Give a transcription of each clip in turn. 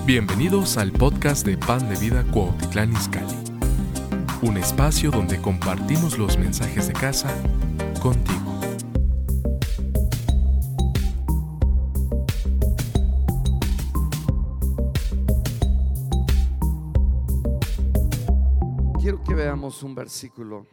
Bienvenidos al podcast de Pan de Vida Cuautitlán Izcalli, un espacio donde compartimos los mensajes de casa contigo. Quiero que veamos un versículo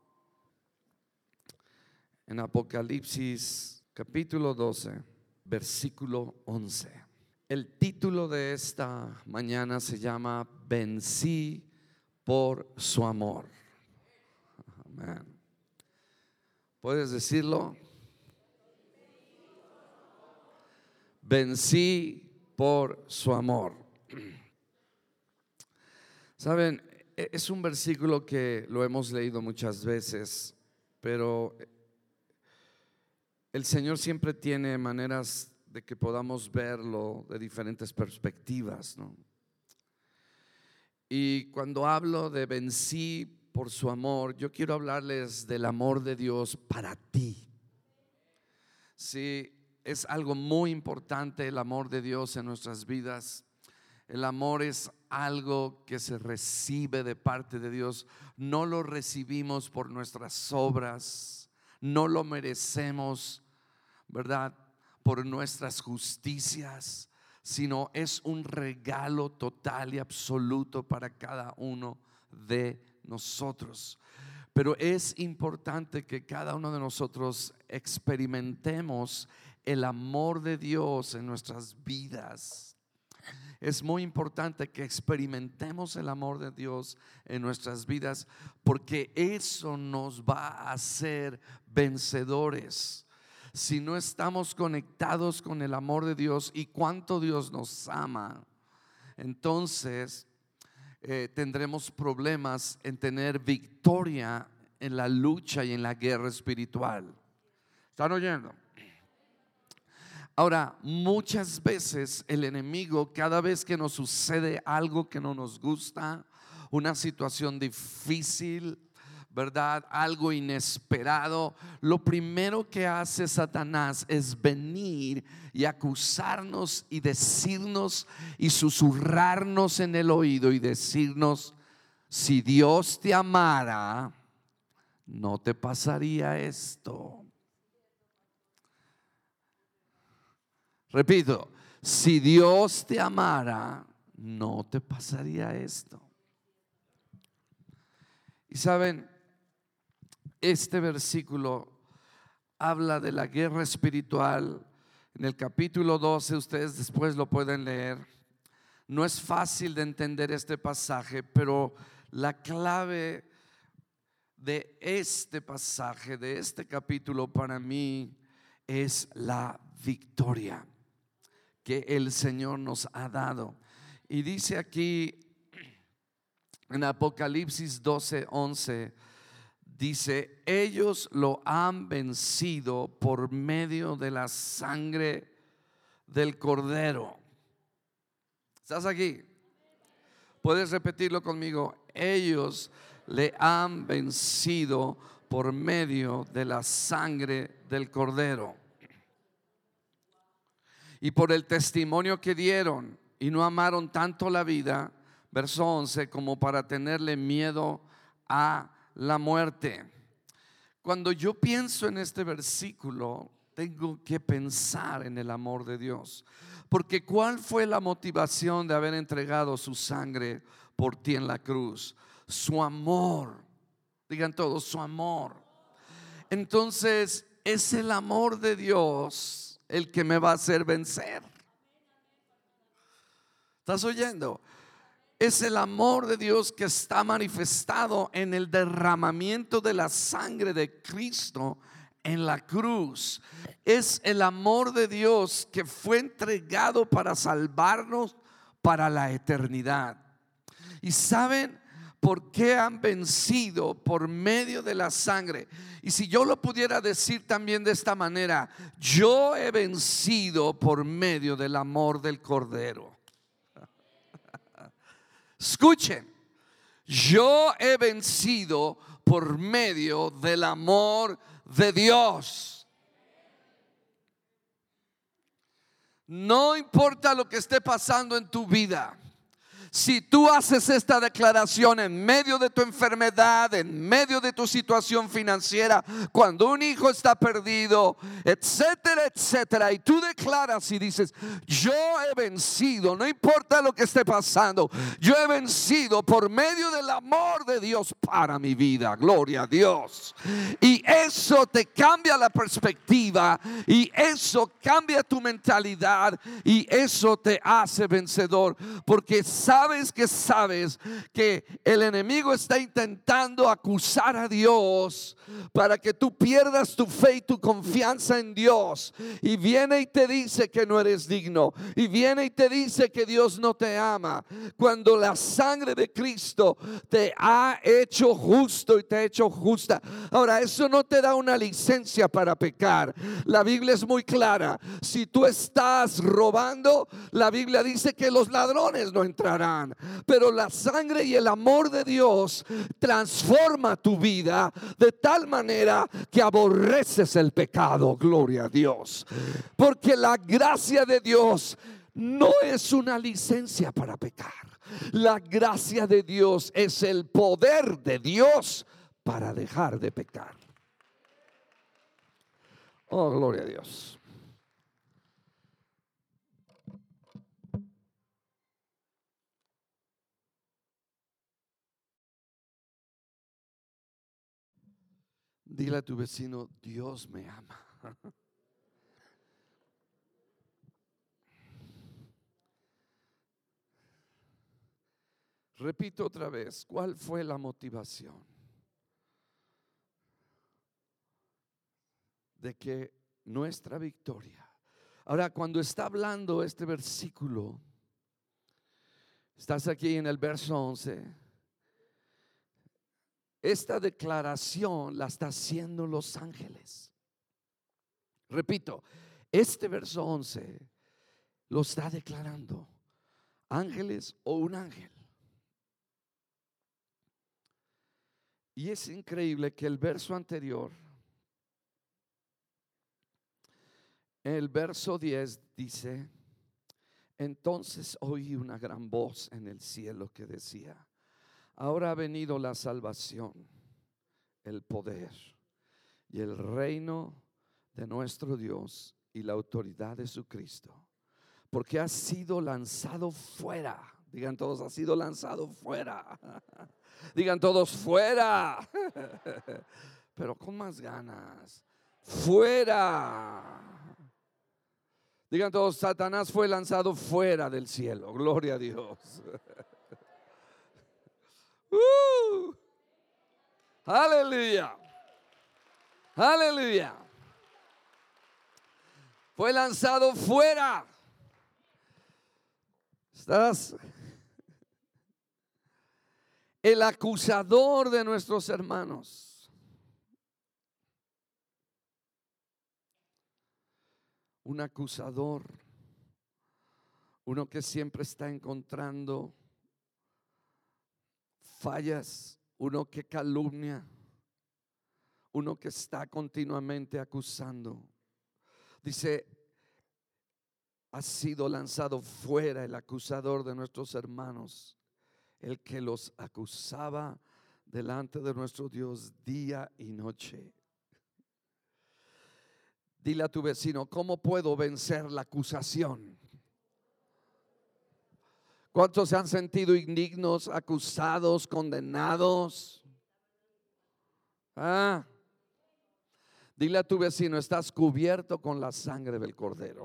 en Apocalipsis capítulo 12, versículo 11. El título de esta mañana se llama Vencí por su amor. Amén. ¿Puedes decirlo? Vencí por su amor. Saben, es un versículo que lo hemos leído muchas veces, pero el Señor siempre tiene maneras de que podamos verlo de diferentes perspectivas, ¿no? Y cuando hablo de vencí por su amor, yo quiero hablarles del amor de Dios para ti. Sí, es algo muy importante el amor de Dios en nuestras vidas. El amor es algo que se recibe de parte de Dios. No lo recibimos por nuestras obras, no lo merecemos, ¿verdad?, por nuestras justicias, sino es un regalo total y absoluto para cada uno de nosotros. Pero es importante que cada uno de nosotros experimentemos el amor de Dios en nuestras vidas. Es muy importante que experimentemos el amor de Dios en nuestras vidas, porque eso nos va a hacer vencedores. Si no estamos conectados con el amor de Dios y cuánto Dios nos ama, entonces tendremos problemas en tener victoria en la lucha y en la guerra espiritual. ¿Están oyendo? Ahora, muchas veces el enemigo, cada vez que nos sucede algo que no nos gusta, una situación difícil, ¿verdad?, algo inesperado, lo primero que hace Satanás es venir y acusarnos y decirnos y susurrarnos en el oído y decirnos: si Dios te amara, no te pasaría esto. Repito, si Dios te amara, no te pasaría esto. Y saben, este versículo habla de la guerra espiritual. En el capítulo 12, ustedes después lo pueden leer. No es fácil de entender este pasaje, pero la clave de este pasaje, de este capítulo, para mí es la victoria que el Señor nos ha dado. Y dice aquí en Apocalipsis 12:11, dice: ellos lo han vencido por medio de la sangre del Cordero. ¿Estás aquí? ¿Puedes repetirlo conmigo? Ellos le han vencido por medio de la sangre del Cordero y por el testimonio que dieron, y no amaron tanto la vida, verso 11, como para tenerle miedo a la muerte. Cuando yo pienso en este versículo, tengo que pensar en el amor de Dios, porque ¿cuál fue la motivación de haber entregado su sangre por ti en la cruz? Su amor. Digan todos: su amor. Entonces es el amor de Dios el que me va a hacer vencer. ¿Estás oyendo? Es el amor de Dios que está manifestado en el derramamiento de la sangre de Cristo en la cruz. Es el amor de Dios que fue entregado para salvarnos para la eternidad. ¿Y saben por qué han vencido? Por medio de la sangre. Y si yo lo pudiera decir también de esta manera: yo he vencido por medio del amor del Cordero. Escuchen, yo he vencido por medio del amor de Dios. No importa lo que esté pasando en tu vida. Si tú haces esta declaración en medio de tu enfermedad, en medio de tu situación financiera, cuando un hijo está perdido, etcétera, etcétera, y tú declaras y dices: yo he vencido, no importa lo que esté pasando, yo he vencido por medio del amor de Dios para mi vida. Gloria a Dios. Y eso te cambia la perspectiva, y eso cambia tu mentalidad, y eso te hace vencedor, porque sabes que el enemigo está intentando acusar a Dios para que tú pierdas tu fe y tu confianza en Dios, y viene y te dice que no eres digno, y viene y te dice que Dios no te ama, cuando la sangre de Cristo te ha hecho justo y te ha hecho justa. Ahora, eso no te da una licencia para pecar. La Biblia es muy clara: si tú estás robando, la Biblia dice que los ladrones no entrarán. Pero la sangre y el amor de Dios transforma tu vida de tal manera que aborreces el pecado. Gloria a Dios. Porque la gracia de Dios no es una licencia para pecar. La gracia de Dios es el poder de Dios para dejar de pecar. Oh, gloria a Dios. Dile a tu vecino: Dios me ama. Repito otra vez: ¿cuál fue la motivación de que nuestra victoria? Ahora, cuando está hablando este versículo, estás aquí en el verso 11. Esta declaración la está haciendo los ángeles. Repito, este verso 11 lo está declarando ángeles o un ángel. Y es increíble que el verso anterior, el verso 10 dice: entonces oí una gran voz en el cielo que decía: ahora ha venido la salvación, el poder y el reino de nuestro Dios y la autoridad de su Cristo, porque ha sido lanzado fuera. Digan todos: ha sido lanzado fuera. Digan todos: fuera. Pero con más ganas: fuera. Digan todos: Satanás fue lanzado fuera del cielo. Gloria a Dios. Aleluya. Aleluya. Fue lanzado fuera. Estás. El acusador de nuestros hermanos, un acusador, uno que siempre está encontrando fallas, uno que calumnia, uno que está continuamente acusando. Dice: ha sido lanzado fuera el acusador de nuestros hermanos, el que los acusaba delante de nuestro Dios día y noche. Dile a tu vecino: ¿cómo puedo vencer la acusación? ¿Cuántos se han sentido indignos, acusados, condenados? Dile a tu vecino: estás cubierto con la sangre del Cordero.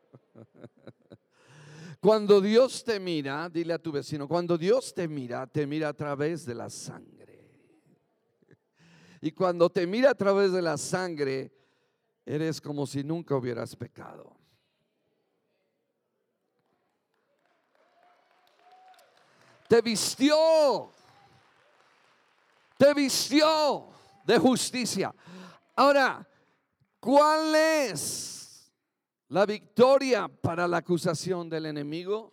Cuando Dios te mira, dile a tu vecino: cuando Dios te mira a través de la sangre. Y cuando te mira a través de la sangre, eres como si nunca hubieras pecado. Te vistió de justicia. Ahora, ¿cuál es la victoria para la acusación del enemigo?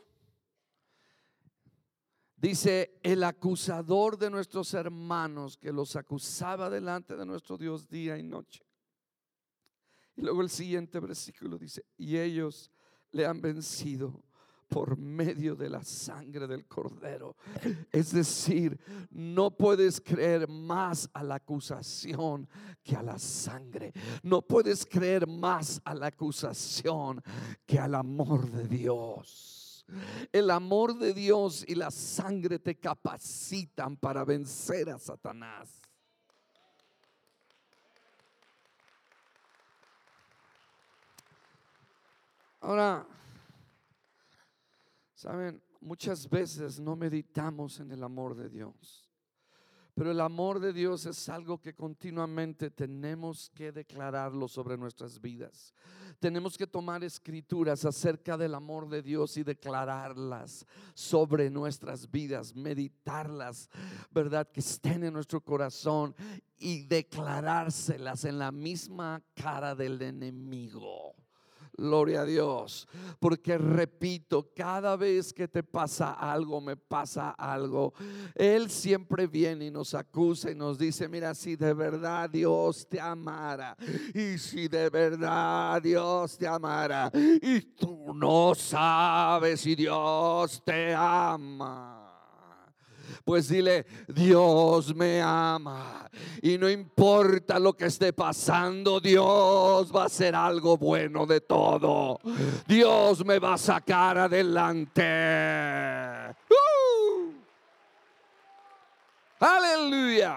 Dice: el acusador de nuestros hermanos, que los acusaba delante de nuestro Dios día y noche. Y luego el siguiente versículo dice: y ellos le han vencido por medio de la sangre del Cordero. Es decir, no puedes creer más a la acusación que a la sangre. No puedes creer más a la acusación que al amor de Dios. El amor de Dios y la sangre te capacitan para vencer a Satanás. Ahora, saben, muchas veces no meditamos en el amor de Dios, pero el amor de Dios es algo que continuamente tenemos que declararlo sobre nuestras vidas. Tenemos que tomar escrituras acerca del amor de Dios y declararlas sobre nuestras vidas, meditarlas, ¿verdad? Que estén en nuestro corazón y declarárselas en la misma cara del enemigo. Gloria a Dios, porque repito, cada vez que te pasa algo, me pasa algo, Él siempre viene y nos acusa y nos dice: mira, si de verdad Dios te amara, y si de verdad Dios te amara, y tú no sabes si Dios te ama, pues dile: Dios me ama, y no importa lo que esté pasando, Dios va a hacer algo bueno de todo. Dios me va a sacar adelante. Aleluya.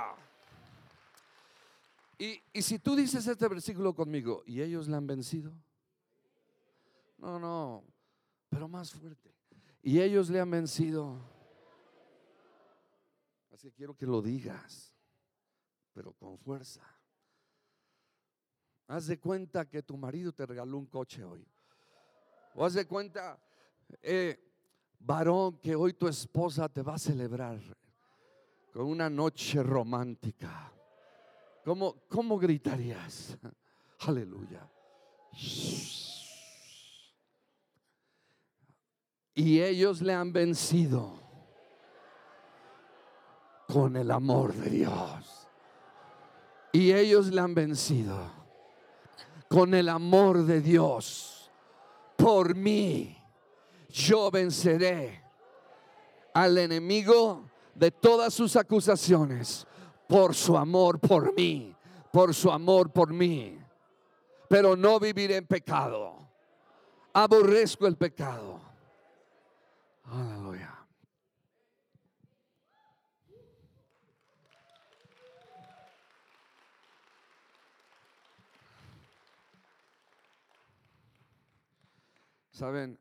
Y si tú dices este versículo conmigo: ¿y ellos le han vencido? No, pero más fuerte. ¿Y ellos le han vencido? Así que quiero que lo digas, pero con fuerza. Haz de cuenta que tu marido te regaló un coche hoy. O haz de cuenta, varón, que hoy tu esposa te va a celebrar con una noche romántica. ¿Cómo gritarías? Aleluya. Y ellos le han vencido con el amor de Dios. Y ellos le han vencido con el amor de Dios. Por mí, yo venceré al enemigo de todas sus acusaciones, por su amor por mí, por su amor por mí. Pero no viviré en pecado. Aborrezco el pecado. Aleluya. ¿Saben?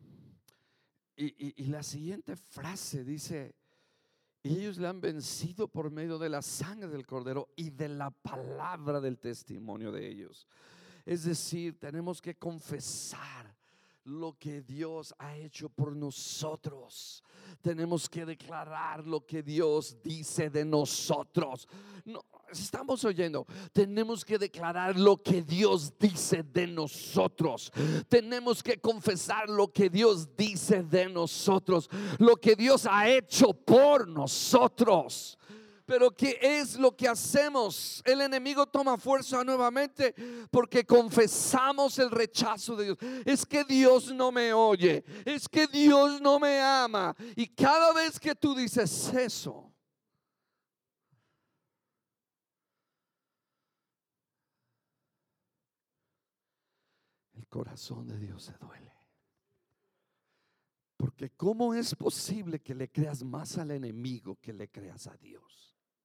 Y la siguiente frase dice: y ellos le han vencido por medio de la sangre del Cordero y de la palabra del testimonio de ellos. Es decir, tenemos que confesar lo que Dios ha hecho por nosotros. Tenemos que declarar lo que Dios dice de nosotros. No, estamos oyendo. Tenemos que declarar lo que Dios dice de nosotros. Tenemos que confesar lo que Dios dice de nosotros, lo que Dios ha hecho por nosotros. Pero ¿qué es lo que hacemos? El enemigo toma fuerza nuevamente porque confesamos el rechazo de Dios. Es que Dios no me oye, es que Dios no me ama. Y cada vez que tú dices eso, el corazón de Dios se duele. Porque ¿cómo es posible que le creas más al enemigo que le creas a Dios?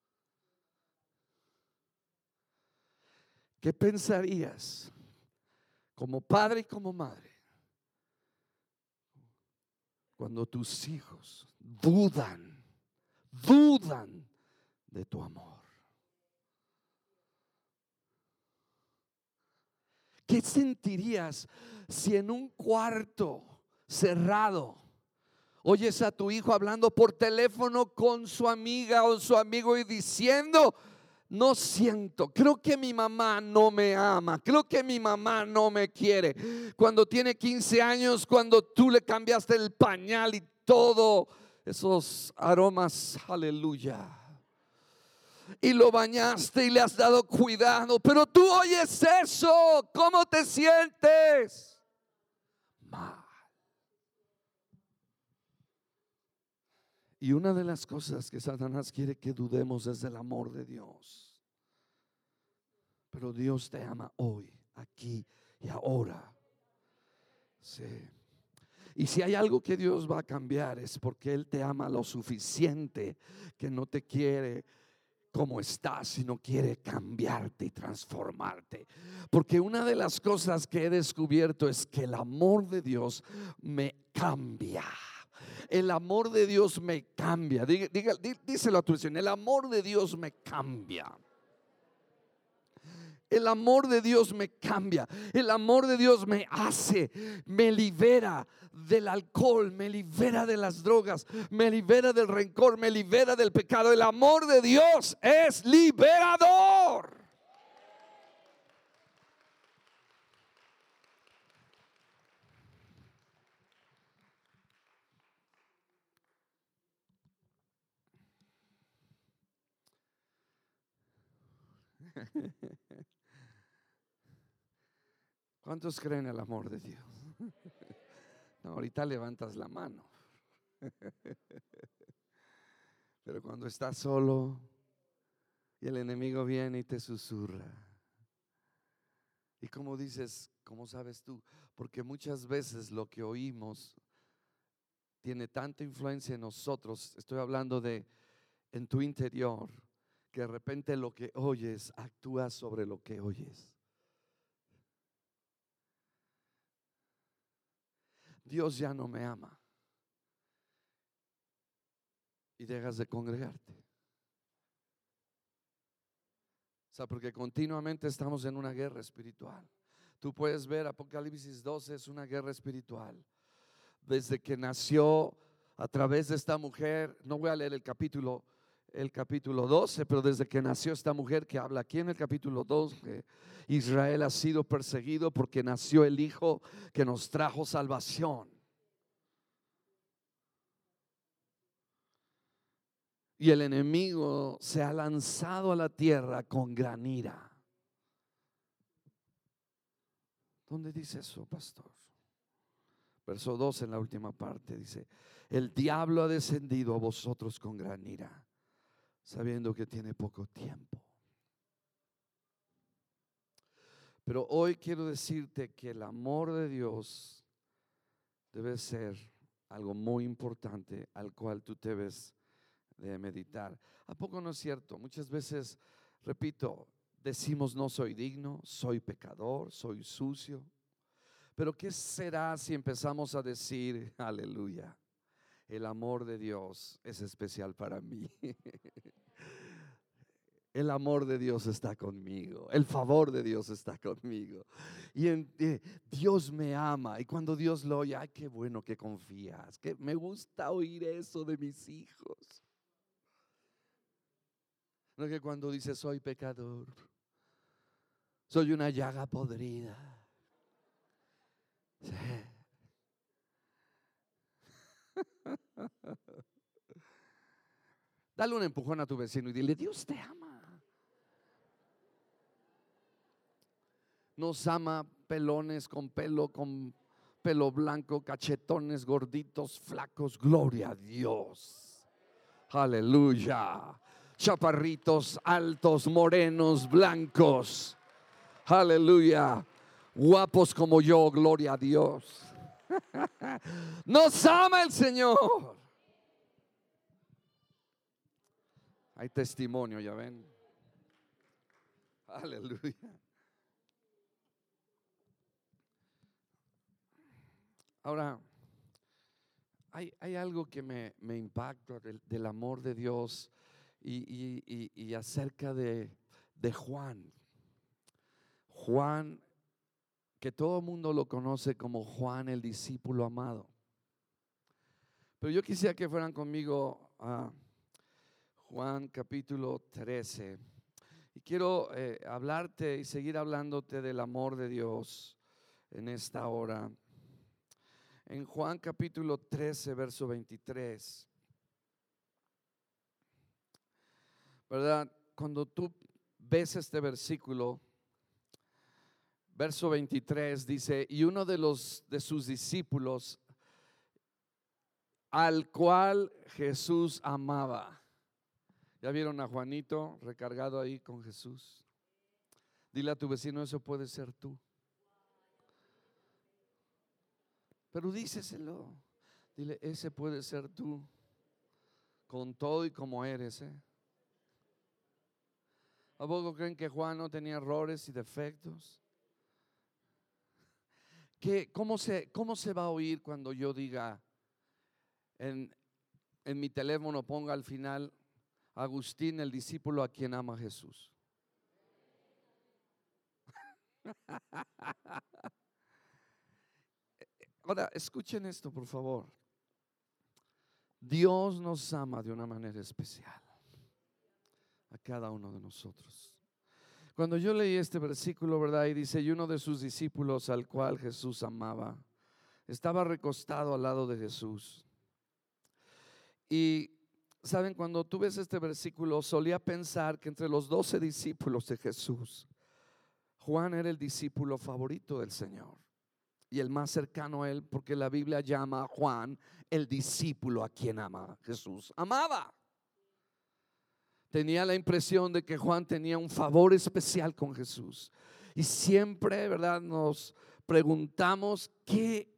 ¿Qué pensarías como padre y como madre cuando tus hijos dudan de tu amor? ¿Qué sentirías si en un cuarto cerrado oyes a tu hijo hablando por teléfono con su amiga o su amigo y diciendo: no siento, creo que mi mamá no me ama, creo que mi mamá no me quiere? Cuando tiene 15 años, cuando tú le cambiaste el pañal y todo, esos aromas, aleluya, y lo bañaste y le has dado cuidado, pero tú oyes eso, ¿cómo te sientes? Mal. Y una de las cosas que Satanás quiere que dudemos es del amor de Dios. Pero Dios te ama hoy, aquí y ahora. Sí. Y si hay algo que Dios va a cambiar es porque Él te ama lo suficiente que no te quiere como estás, sino quiere cambiarte y transformarte. Porque una de las cosas que he descubierto es que el amor de Dios me cambia. El amor de Dios me cambia. Díselo a tu vecino, el amor de Dios me cambia. El amor de Dios me cambia. El amor de Dios me hace, me libera del alcohol, me libera de las drogas, me libera del rencor, me libera del pecado. El amor de Dios es liberador. ¿Cuántos creen el amor de Dios? No, ahorita levantas la mano. Pero cuando estás solo y el enemigo viene y te susurra. Y como dices, ¿cómo sabes tú? Porque muchas veces lo que oímos tiene tanta influencia en nosotros. Estoy hablando de en tu interior, que de repente lo que oyes actúa sobre lo que oyes. Dios ya no me ama y dejas de congregarte. O sea, porque continuamente estamos en una guerra espiritual. Tú puedes ver Apocalipsis 12, es una guerra espiritual. Desde que nació a través de esta mujer, no voy a leer el capítulo 12, pero desde que nació esta mujer que habla aquí en el capítulo 2, que Israel ha sido perseguido porque nació el Hijo que nos trajo salvación. Y el enemigo se ha lanzado a la tierra con gran ira. ¿Dónde dice eso, pastor? Verso 2 en la última parte dice: el diablo ha descendido a vosotros con gran ira, sabiendo que tiene poco tiempo. Pero hoy quiero decirte que el amor de Dios debe ser algo muy importante al cual tú debes de meditar. ¿A poco no es cierto? Muchas veces, repito, decimos no soy digno, soy pecador, soy sucio. Pero ¿qué será si empezamos a decir, aleluya, el amor de Dios es especial para mí? El amor de Dios está conmigo, el favor de Dios está conmigo. Y Dios me ama. Y cuando Dios lo oye, ay, qué bueno que confías. Que me gusta oír eso de mis hijos. No, que cuando dice soy pecador, soy una llaga podrida. Sí. Dale un empujón a tu vecino y dile: Dios te ama. Nos ama pelones, con pelo blanco, cachetones, gorditos, flacos. Gloria a Dios. Aleluya. Chaparritos, altos, morenos, blancos. Aleluya. Guapos como yo. Gloria a Dios. Nos ama el Señor. Hay testimonio, ya ven. Aleluya. Ahora, hay algo que me impacta del amor de Dios y acerca de Juan. Juan, que todo el mundo lo conoce como Juan el discípulo amado. Pero yo quisiera que fueran conmigo a Juan capítulo 13. Y quiero hablarte y seguir hablándote del amor de Dios en esta hora. En Juan capítulo 13, verso 23. ¿Verdad? Cuando tú ves este versículo, verso 23 dice: y uno de sus discípulos al cual Jesús amaba. ¿Ya vieron a Juanito recargado ahí con Jesús? Dile a tu vecino, eso puede ser tú. Pero díceselo. Dile, ese puede ser tú, con todo y como eres. ¿A poco creen que Juan no tenía errores y defectos? ¿Cómo se va a oír cuando yo diga en mi teléfono, ponga al final Agustín, el discípulo a quien ama Jesús? Ahora, escuchen esto, por favor. Dios nos ama de una manera especial a cada uno de nosotros. Cuando yo leí este versículo, ¿verdad? Y dice, y uno de sus discípulos al cual Jesús amaba, estaba recostado al lado de Jesús. Y saben, cuando tú ves este versículo, solía pensar que entre los 12 discípulos de Jesús, Juan era el discípulo favorito del Señor y el más cercano a él, porque la Biblia llama a Juan el discípulo a quien ama Jesús amaba. Tenía la impresión de que Juan tenía un favor especial con Jesús. Y siempre, ¿verdad?, nos preguntamos ¿qué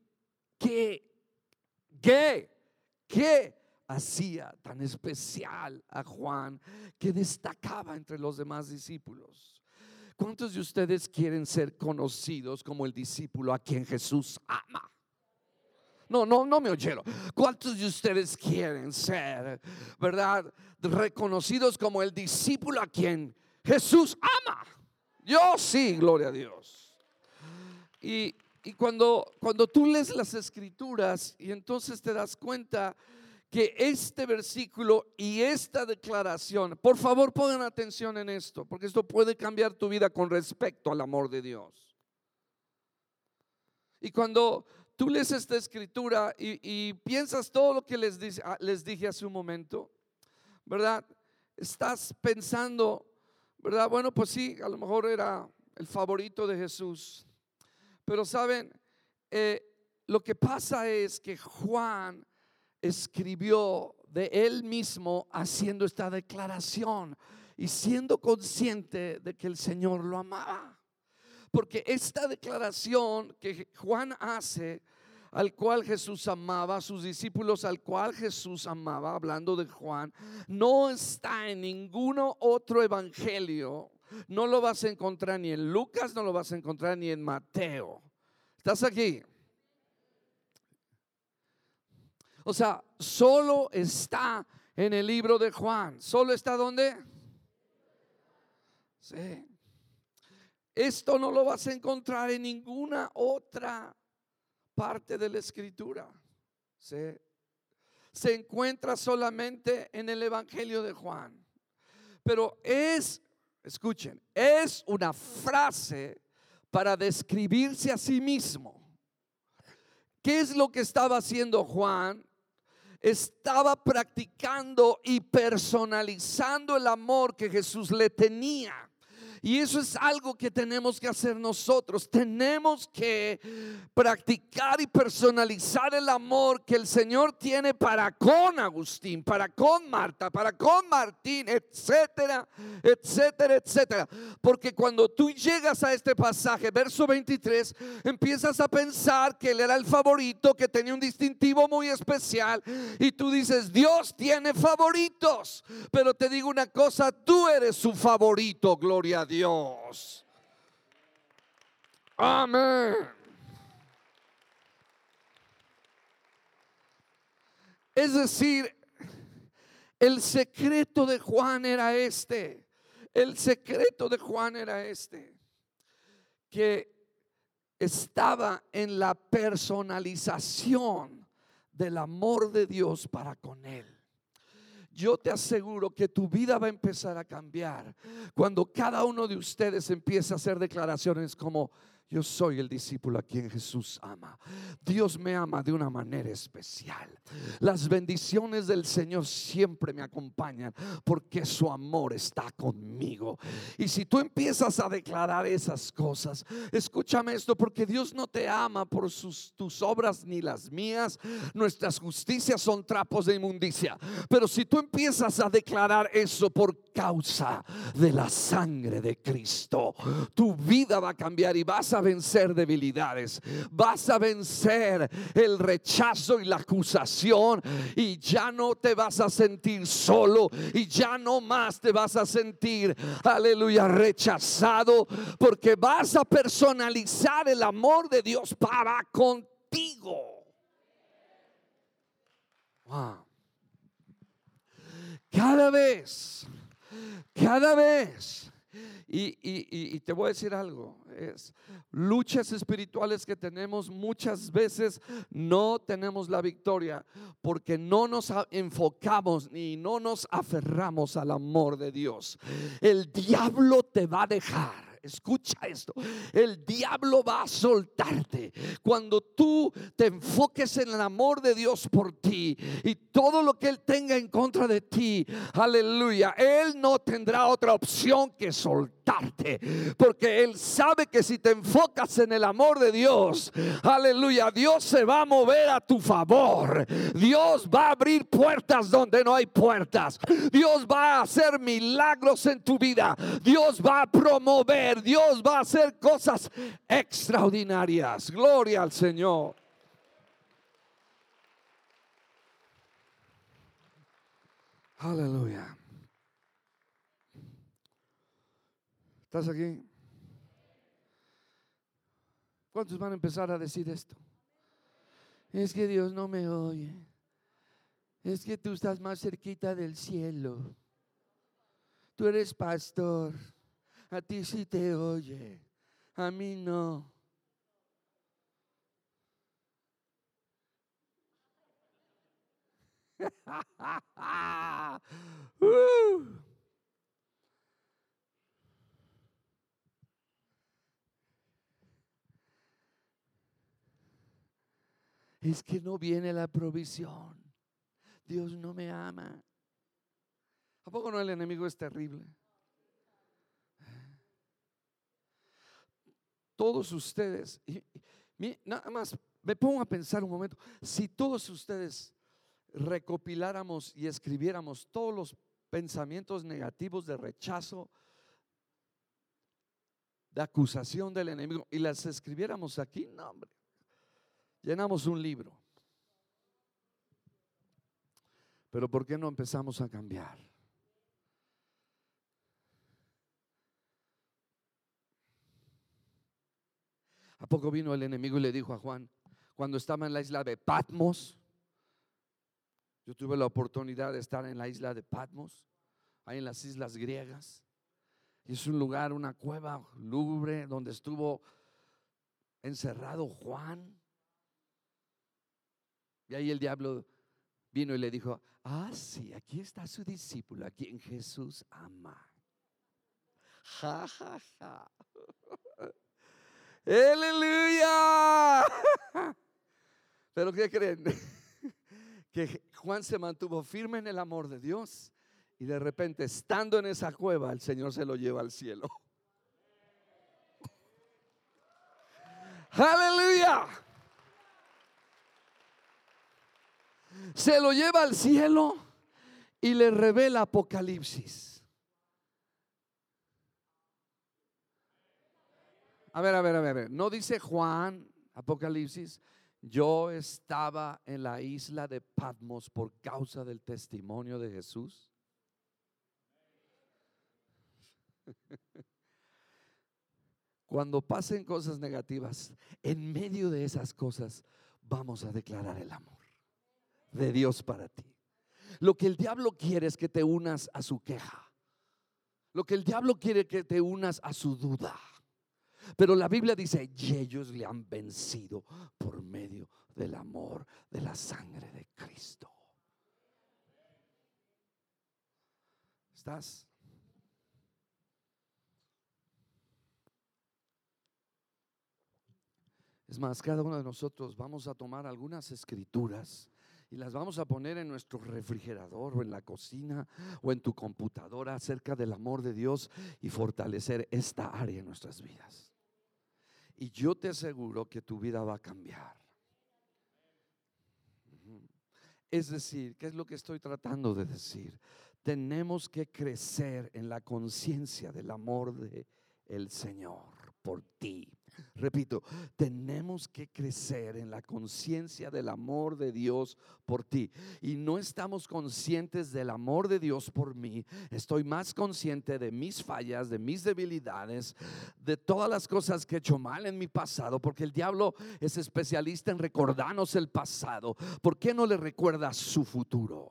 hacía tan especial a Juan que destacaba entre los demás discípulos? ¿Cuántos de ustedes quieren ser conocidos como el discípulo a quien Jesús ama? No me oyeron. ¿Cuántos de ustedes quieren ser, verdad, reconocidos como el discípulo a quien Jesús ama? Yo sí, gloria a Dios. Y cuando tú lees las escrituras y entonces te das cuenta que este versículo y esta declaración, por favor pongan atención en esto, porque esto puede cambiar tu vida con respecto al amor de Dios. Y cuando tú lees esta escritura y piensas todo lo que les dije hace un momento, ¿verdad? Estás pensando, ¿verdad? Bueno, pues sí, a lo mejor era el favorito de Jesús. Pero saben, lo que pasa es que Juan escribió de él mismo haciendo esta declaración y siendo consciente de que el Señor lo amaba. Porque esta declaración que Juan hace, al cual Jesús amaba, a sus discípulos al cual Jesús amaba, hablando de Juan, no está en ningún otro evangelio. No lo vas a encontrar ni en Lucas, no lo vas a encontrar ni en Mateo. ¿Estás aquí? O sea, solo está en el libro de Juan. ¿Solo está dónde? Sí. Esto no lo vas a encontrar en ninguna otra parte de la escritura. ¿Sí? Se encuentra solamente en el evangelio de Juan. Pero escuchen, es una frase para describirse a sí mismo. ¿Qué es lo que estaba haciendo Juan? Estaba practicando y personalizando el amor que Jesús le tenía. Y eso es algo que tenemos que hacer nosotros. Tenemos que practicar y personalizar el amor que el Señor tiene para con Agustín, para con Marta, para con Martín, etcétera, etcétera, etcétera. Porque cuando tú llegas a este pasaje, verso 23, empiezas a pensar que él era el favorito, que tenía un distintivo muy especial. Y tú dices, Dios tiene favoritos. Pero te digo una cosa, tú eres su favorito, gloria a Dios. Amén. Es decir, el secreto de Juan era este. El secreto de Juan era este, que estaba en la personalización del amor de Dios para con él. Yo te aseguro que tu vida va a empezar a cambiar cuando cada uno de ustedes empiece a hacer declaraciones como: Yo soy el discípulo a quien Jesús ama. Dios me ama de una manera especial. Las bendiciones del Señor siempre me acompañan porque su amor está conmigo. Y si tú empiezas a declarar esas cosas, escúchame esto, porque Dios no te ama por tus obras ni las mías. Nuestras justicias son trapos de inmundicia. Pero si tú empiezas a declarar eso por causa de la sangre de Cristo, tu vida va a cambiar y vas a vencer debilidades, vas a vencer el rechazo y la acusación, y ya no te vas a sentir solo, y ya no más te vas a sentir, aleluya, rechazado, porque vas a personalizar el amor de Dios para contigo. Wow. Cada vez y te voy a decir algo, luchas espirituales que tenemos, muchas veces no tenemos la victoria porque no nos enfocamos ni no nos aferramos al amor de Dios. El diablo te va a dejar. Escucha esto, el diablo va a soltarte cuando tú te enfoques en el amor de Dios por ti y todo lo que Él tenga en contra de ti, aleluya. Él no tendrá otra opción que soltarte, porque Él sabe que si te enfocas en el amor de Dios, aleluya, Dios se va a mover a tu favor. Dios va a abrir puertas donde no hay puertas. Dios va a hacer milagros en tu vida. Dios va a promover. Dios va a hacer cosas extraordinarias. Gloria al Señor. Aleluya. ¿Estás aquí? ¿Cuántos van a empezar a decir esto? Es que Dios no me oye. Es que tú estás más cerquita del cielo. Tú eres pastor. A ti sí te oye, a mí no. Es que no viene la provisión. Dios no me ama. ¿A poco no el enemigo es terrible? Todos ustedes, nada más me pongo a pensar un momento, si todos ustedes recopiláramos y escribiéramos todos los pensamientos negativos de rechazo, de acusación del enemigo, y las escribiéramos aquí, no, hombre, llenamos un libro. Pero ¿por qué no empezamos a cambiar? ¿A poco vino el enemigo y le dijo a Juan, cuando estaba en la isla de Patmos? Yo tuve la oportunidad de estar en la isla de Patmos, ahí en las islas griegas. Y es un lugar, una cueva lúgubre donde estuvo encerrado Juan. Y ahí el diablo vino y le dijo, sí, aquí está su discípulo, a quien Jesús ama. Ja, ja, ja. ¡Aleluya! Pero ¿qué creen? Que Juan se mantuvo firme en el amor de Dios y de repente, estando en esa cueva, el Señor se lo lleva al cielo. ¡Aleluya! Se lo lleva al cielo y le revela Apocalipsis. A ver. No dice Juan, Apocalipsis, yo estaba en la isla de Patmos por causa del testimonio de Jesús. Cuando pasen cosas negativas, en medio de esas cosas, vamos a declarar el amor de Dios para ti. Lo que el diablo quiere es que te unas a su queja. Lo que el diablo quiere es que te unas a su duda. Pero la Biblia dice, y ellos le han vencido por medio del amor de la sangre de Cristo. ¿Estás? Es más, cada uno de nosotros vamos a tomar algunas escrituras y las vamos a poner en nuestro refrigerador o en la cocina o en tu computadora acerca del amor de Dios y fortalecer esta área en nuestras vidas. Y yo te aseguro que tu vida va a cambiar. Es decir, ¿qué es lo que estoy tratando de decir? Tenemos que crecer en la conciencia del amor de el Señor por ti. Repito, tenemos que crecer en la conciencia del amor de Dios por ti. Y no estamos conscientes del amor de Dios por mí. Estoy más consciente de mis fallas, de mis debilidades, de todas las cosas que he hecho mal en mi pasado, porque el diablo es especialista en recordarnos el pasado. ¿Por qué no le recuerdas su futuro?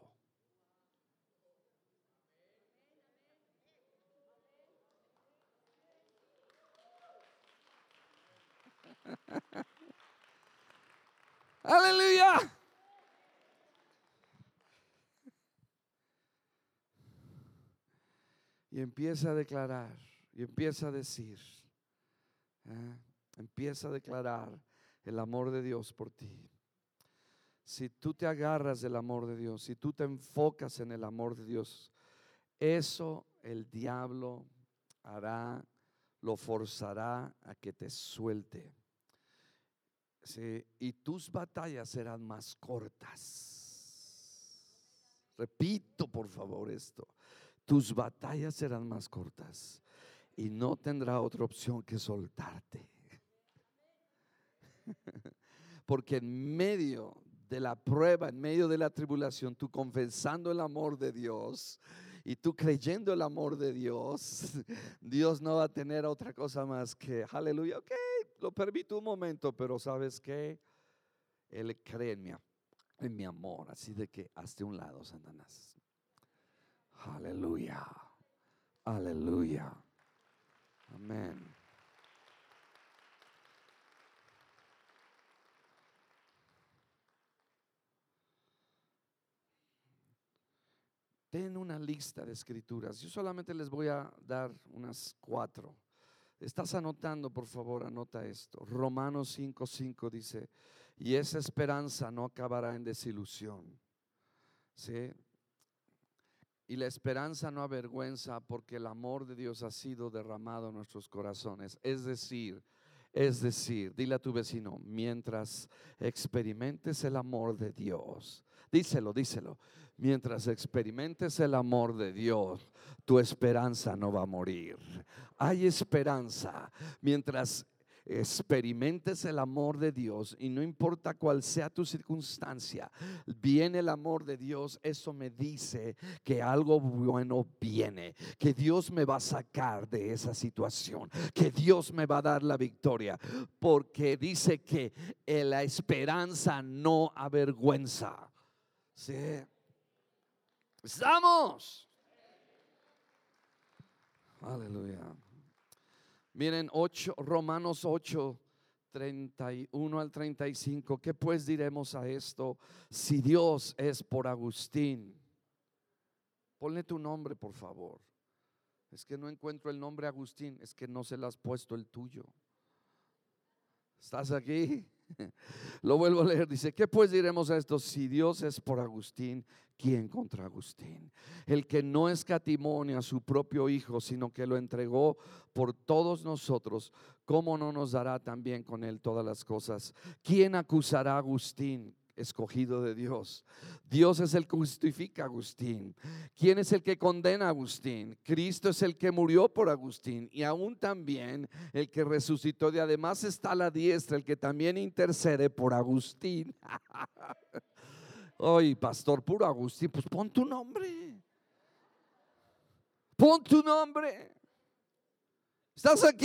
Aleluya. Y empieza a declarar, y empieza a decir, empieza a declarar el amor de Dios por ti. Si tú te agarras del amor de Dios, si tú te enfocas en el amor de Dios, eso el diablo hará, lo forzará a que te suelte. Sí, y tus batallas serán más cortas. Repito por favor esto. Tus batallas serán más cortas y no tendrá otra opción que soltarte. Porque en medio de la prueba, en medio de la tribulación, tú confesando el amor de Dios y tú creyendo el amor de Dios, Dios no va a tener otra cosa más que, aleluya, ok, lo permito un momento, pero ¿sabes qué? Él cree en mi amor, así de que hazte un lado, Satanás. Aleluya, aleluya, amén. Ten una lista de escrituras. Yo solamente les voy a dar unas 4. Estás anotando, por favor, anota esto. Romanos 5:5 dice: y esa esperanza no acabará en desilusión. ¿Sí? Y la esperanza no avergüenza, porque el amor de Dios ha sido derramado en nuestros corazones. Es decir, dile a tu vecino, mientras experimentes el amor de Dios, díselo, mientras experimentes el amor de Dios, tu esperanza no va a morir. Hay esperanza mientras experimentes el amor de Dios, y no importa cuál sea tu circunstancia, viene el amor de Dios. Eso me dice que algo bueno viene, que Dios me va a sacar de esa situación, que Dios me va a dar la victoria, porque dice que la esperanza no avergüenza. ¿Sí? ¿Estamos? Aleluya. Miren, Romanos 8, 31 al 35. ¿Qué pues diremos a esto? Si Dios es por Agustín. Ponle tu nombre, por favor. Es que no encuentro el nombre Agustín. Es que no se le has puesto el tuyo. ¿Estás aquí? Lo vuelvo a leer. Dice: ¿qué pues diremos a esto? Si Dios es por Agustín, ¿quién contra Agustín? El que no escatimó ni a su propio hijo, sino que lo entregó por todos nosotros, ¿cómo no nos dará también con él todas las cosas? ¿Quién acusará a Agustín, escogido de Dios? Dios es el que justifica a Agustín. ¿Quién es el que condena a Agustín? Cristo es el que murió por Agustín, y aún también el que resucitó, y además está a la diestra el que también intercede por Agustín. Oye, pastor, puro Agustín, pues pon tu nombre. Pon tu nombre. ¿Estás aquí?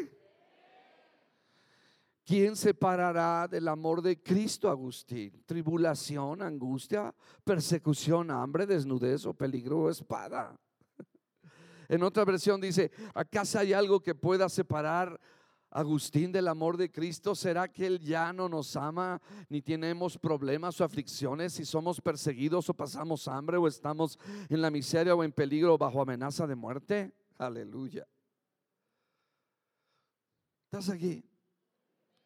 ¿Quién separará del amor de Cristo, Agustín? Tribulación, angustia, persecución, hambre, desnudez o peligro o espada. En otra versión dice: ¿acaso hay algo que pueda separar Agustín del amor de Cristo? ¿Será que Él ya no nos ama, ni tenemos problemas o aflicciones, si somos perseguidos o pasamos hambre o estamos en la miseria o en peligro o bajo amenaza de muerte? Aleluya. ¿Estás aquí?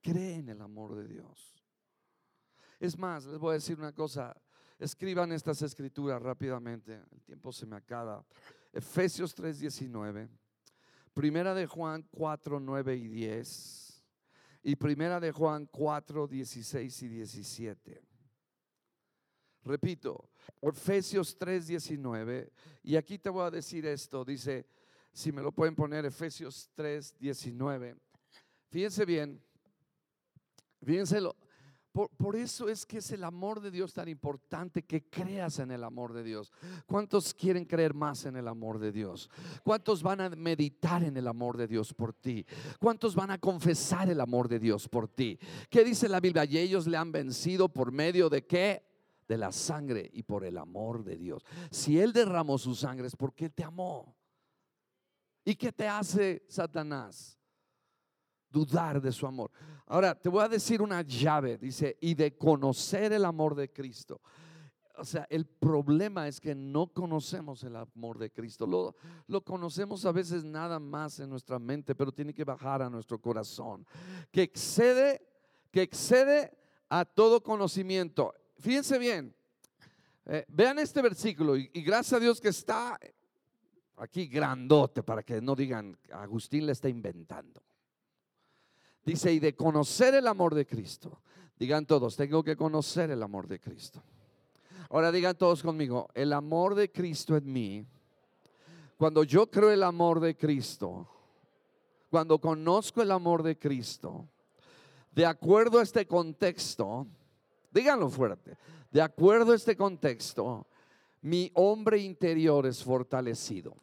cree en el amor de Dios. Es más, les voy a decir una cosa. Escriban estas escrituras rápidamente, el tiempo se me acaba. Efesios 3:19, Primera de Juan 4:9 y 10 y Primera de Juan 4:16 y 17. Repito, Efesios 3:19, y aquí te voy a decir esto, dice, si me lo pueden poner, Efesios 3:19. Fíjense bien, fíjenselo. Por eso es que es el amor de Dios tan importante, que creas en el amor de Dios. ¿Cuántos quieren creer más en el amor de Dios? ¿Cuántos van a meditar en el amor de Dios por ti? ¿Cuántos van a confesar el amor de Dios por ti? ¿Qué dice la Biblia? Y ellos le han vencido por medio de ¿qué? De la sangre y por el amor de Dios. Si Él derramó su sangre es porque te amó. ¿Y qué te hace Satanás? Dudar de su amor. Ahora te voy a decir una llave, dice, y de conocer el amor de Cristo. O sea, el problema es que no conocemos el amor de Cristo. Lo conocemos a veces nada más en nuestra mente, pero tiene que bajar a nuestro corazón, que excede a todo conocimiento. Fíjense bien, vean este versículo, y gracias a Dios que está aquí grandote, para que no digan Agustín le está inventando. Dice, y de conocer el amor de Cristo. Digan todos, tengo que conocer el amor de Cristo. Ahora digan todos conmigo, el amor de Cristo en mí. Cuando yo creo el amor de Cristo, cuando conozco el amor de Cristo, de acuerdo a este contexto, díganlo fuerte, de acuerdo a este contexto, mi hombre interior es fortalecido.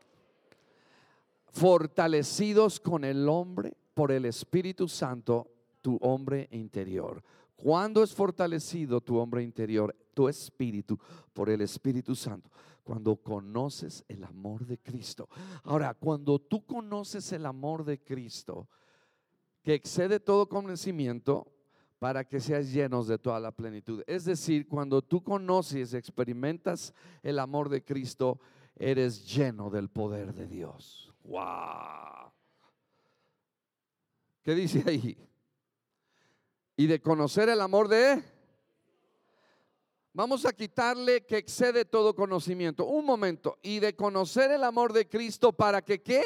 Fortalecidos con el hombre por el Espíritu Santo, tu hombre interior. ¿Cuándo es fortalecido tu hombre interior, tu espíritu, por el Espíritu Santo? Cuando conoces el amor de Cristo. Ahora, cuando tú conoces el amor de Cristo, que excede todo conocimiento, para que seas llenos de toda la plenitud. Es decir, cuando tú conoces, experimentas el amor de Cristo, eres lleno del poder de Dios. ¡Wow! ¿Qué dice ahí? Y de conocer el amor de... Vamos a quitarle que excede todo conocimiento. Un momento. Y de conocer el amor de Cristo, ¿para que qué?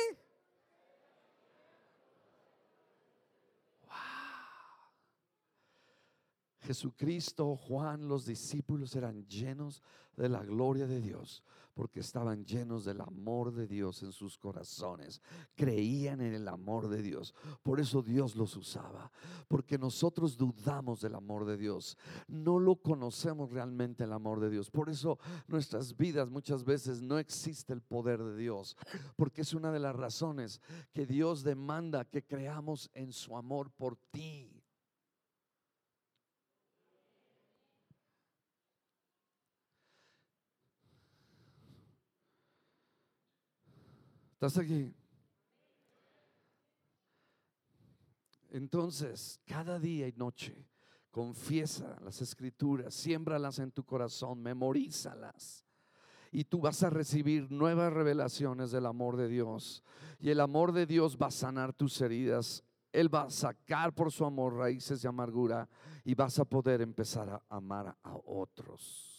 Jesucristo, Juan, los discípulos eran llenos de la gloria de Dios, porque estaban llenos del amor de Dios en sus corazones. Creían en el amor de Dios. Por eso Dios los usaba, porque nosotros dudamos del amor de Dios. No lo conocemos realmente, el amor de Dios. Por eso nuestras vidas muchas veces no existe el poder de Dios, porque es una de las razones que Dios demanda que creamos en su amor por ti. ¿Estás aquí? Entonces, cada día y noche confiesa las escrituras, siémbralas en tu corazón, memorízalas, y tú vas a recibir nuevas revelaciones del amor de Dios. Y el amor de Dios va a sanar tus heridas. Él va a sacar por su amor raíces de amargura, y vas a poder empezar a amar a otros.